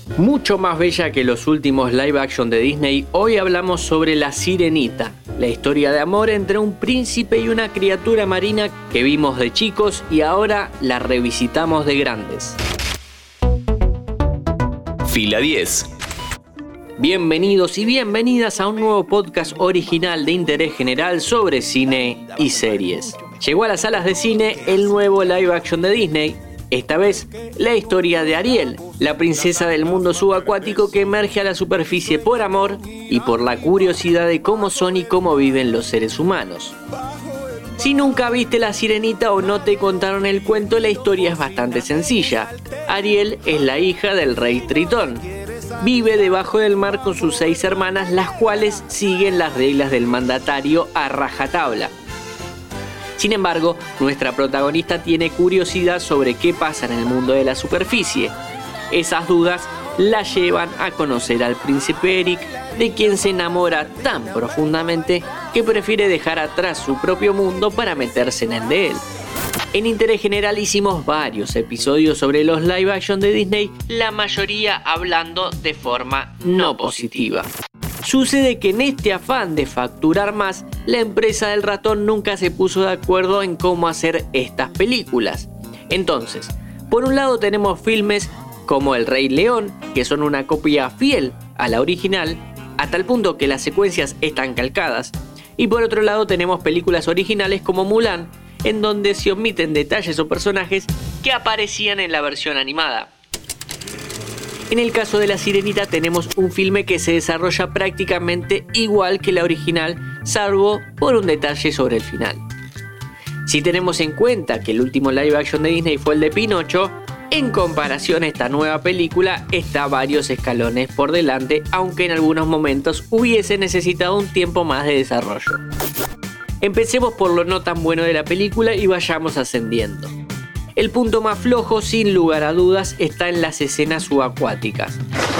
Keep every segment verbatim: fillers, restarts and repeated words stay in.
Mucho más bella que los últimos live action de Disney, hoy hablamos sobre La Sirenita, la historia de amor entre un príncipe y una criatura marina que vimos de chicos y ahora la revisitamos de grandes. Fila diez. Bienvenidos y bienvenidas a un nuevo podcast original de interés general sobre cine y series. Llegó a las salas de cine el nuevo live action de Disney, esta vez la historia de Ariel, la princesa del mundo subacuático que emerge a la superficie por amor y por la curiosidad de cómo son y cómo viven los seres humanos. Si nunca viste La Sirenita o no te contaron el cuento, la historia es bastante sencilla. Ariel es la hija del rey Tritón. Vive debajo del mar con sus seis hermanas, las cuales siguen las reglas del mandatario a rajatabla. Sin embargo, nuestra protagonista tiene curiosidad sobre qué pasa en el mundo de la superficie. Esas dudas la llevan a conocer al príncipe Eric, de quien se enamora tan profundamente que prefiere dejar atrás su propio mundo para meterse en el de él. En Interés General hicimos varios episodios sobre los live action de Disney, la mayoría hablando de forma no positiva. Sucede que en este afán de facturar más, la empresa del ratón nunca se puso de acuerdo en cómo hacer estas películas. Entonces, por un lado tenemos filmes como El Rey León, que son una copia fiel a la original, a tal punto que las secuencias están calcadas. Y por otro lado tenemos películas originales como Mulan, en donde se omiten detalles o personajes que aparecían en la versión animada. En el caso de La Sirenita tenemos un filme que se desarrolla prácticamente igual que la original, salvo por un detalle sobre el final. Si tenemos en cuenta que el último live action de Disney fue el de Pinocho, en comparación a esta nueva película está varios escalones por delante, aunque en algunos momentos hubiese necesitado un tiempo más de desarrollo. Empecemos por lo no tan bueno de la película y vayamos ascendiendo. El punto más flojo, sin lugar a dudas, está en las escenas subacuáticas.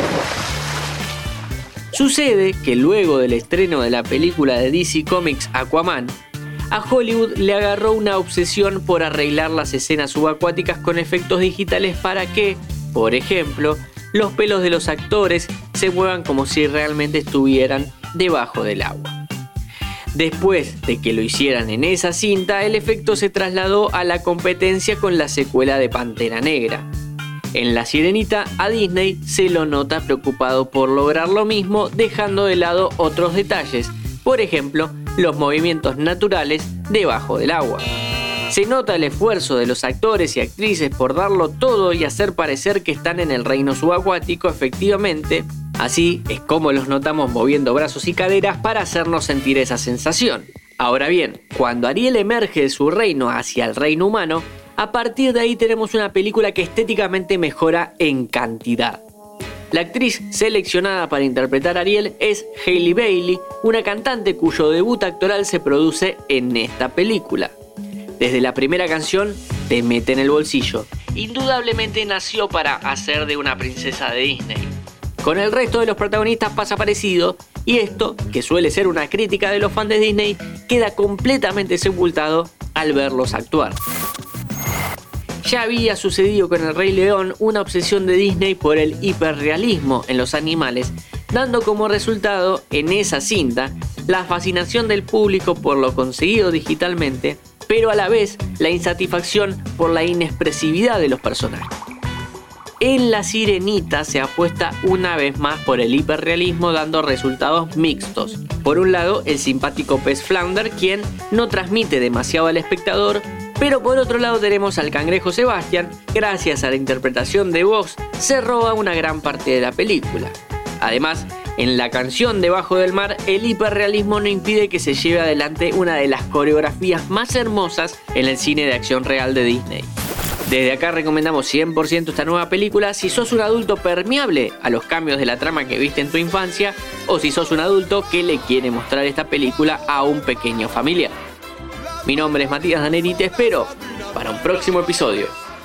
Sucede que luego del estreno de la película de D C Comics Aquaman, a Hollywood le agarró una obsesión por arreglar las escenas subacuáticas con efectos digitales para que, por ejemplo, los pelos de los actores se muevan como si realmente estuvieran debajo del agua. Después de que lo hicieran en esa cinta, el efecto se trasladó a la competencia con la secuela de Pantera Negra. En La Sirenita, a Disney se lo nota preocupado por lograr lo mismo, dejando de lado otros detalles, por ejemplo, los movimientos naturales debajo del agua. Se nota el esfuerzo de los actores y actrices por darlo todo y hacer parecer que están en el reino subacuático efectivamente. Así es como los notamos moviendo brazos y caderas para hacernos sentir esa sensación. Ahora bien, cuando Ariel emerge de su reino hacia el reino humano, a partir de ahí tenemos una película que estéticamente mejora en cantidad. La actriz seleccionada para interpretar a Ariel es Hailey Bailey, una cantante cuyo debut actoral se produce en esta película. Desde la primera canción te mete en el bolsillo. Indudablemente nació para hacer de una princesa de Disney. Con el resto de los protagonistas pasa parecido, y esto, que suele ser una crítica de los fans de Disney, queda completamente sepultado al verlos actuar. Ya había sucedido con El Rey León una obsesión de Disney por el hiperrealismo en los animales, dando como resultado en esa cinta la fascinación del público por lo conseguido digitalmente, pero a la vez la insatisfacción por la inexpresividad de los personajes. En La Sirenita se apuesta una vez más por el hiperrealismo, dando resultados mixtos. Por un lado, el simpático pez Flounder, quien no transmite demasiado al espectador, pero por otro lado tenemos al cangrejo Sebastián, gracias a la interpretación de voz, se roba una gran parte de la película. Además, en la canción Debajo del Mar, el hiperrealismo no impide que se lleve adelante una de las coreografías más hermosas en el cine de acción real de Disney. Desde acá recomendamos cien por ciento esta nueva película si sos un adulto permeable a los cambios de la trama que viste en tu infancia, o si sos un adulto que le quiere mostrar esta película a un pequeño familiar. Mi nombre es Matías Daneri y te espero para un próximo episodio.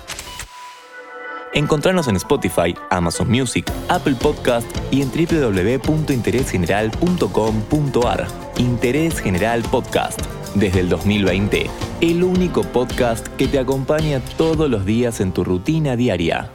Encontrarnos en Spotify, Amazon Music, Apple Podcast y en doble u doble u doble u punto interés general punto com punto a r. Interés General Podcast. Desde el dos mil veinte, el único podcast que te acompaña todos los días en tu rutina diaria.